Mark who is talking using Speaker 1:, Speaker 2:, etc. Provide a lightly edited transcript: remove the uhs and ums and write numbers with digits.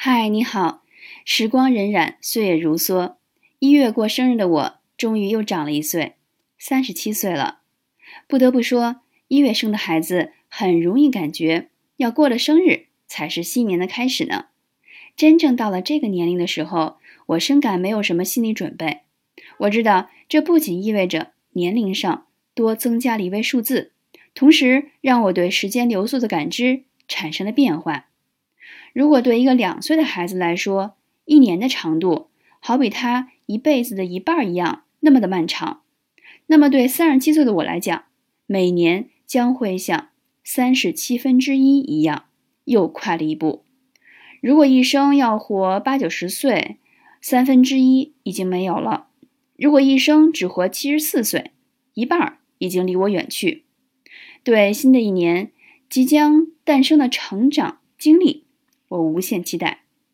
Speaker 1: 嗨，你好。时光荏苒，岁月如梭。1月过生日的我，终于又长了1岁，37岁了。不得不说，1月生的孩子很容易感觉要过了生日才是新年的开始呢。真正到了这个年龄的时候，我深感没有什么心理准备。我知道这不仅意味着年龄上多增加了一位数字，同时让我对时间流速的感知产生了变化。如果对一个2岁的孩子来说，1年的长度好比他一辈子的一半一样那么的漫长，那么对37岁的我来讲，每年将会像1/37一样又快了一步。如果一生要活80-90岁，1/3已经没有了；如果一生只活74岁，一半已经离我远去。对新的一年即将诞生的成长经历，我无限期待。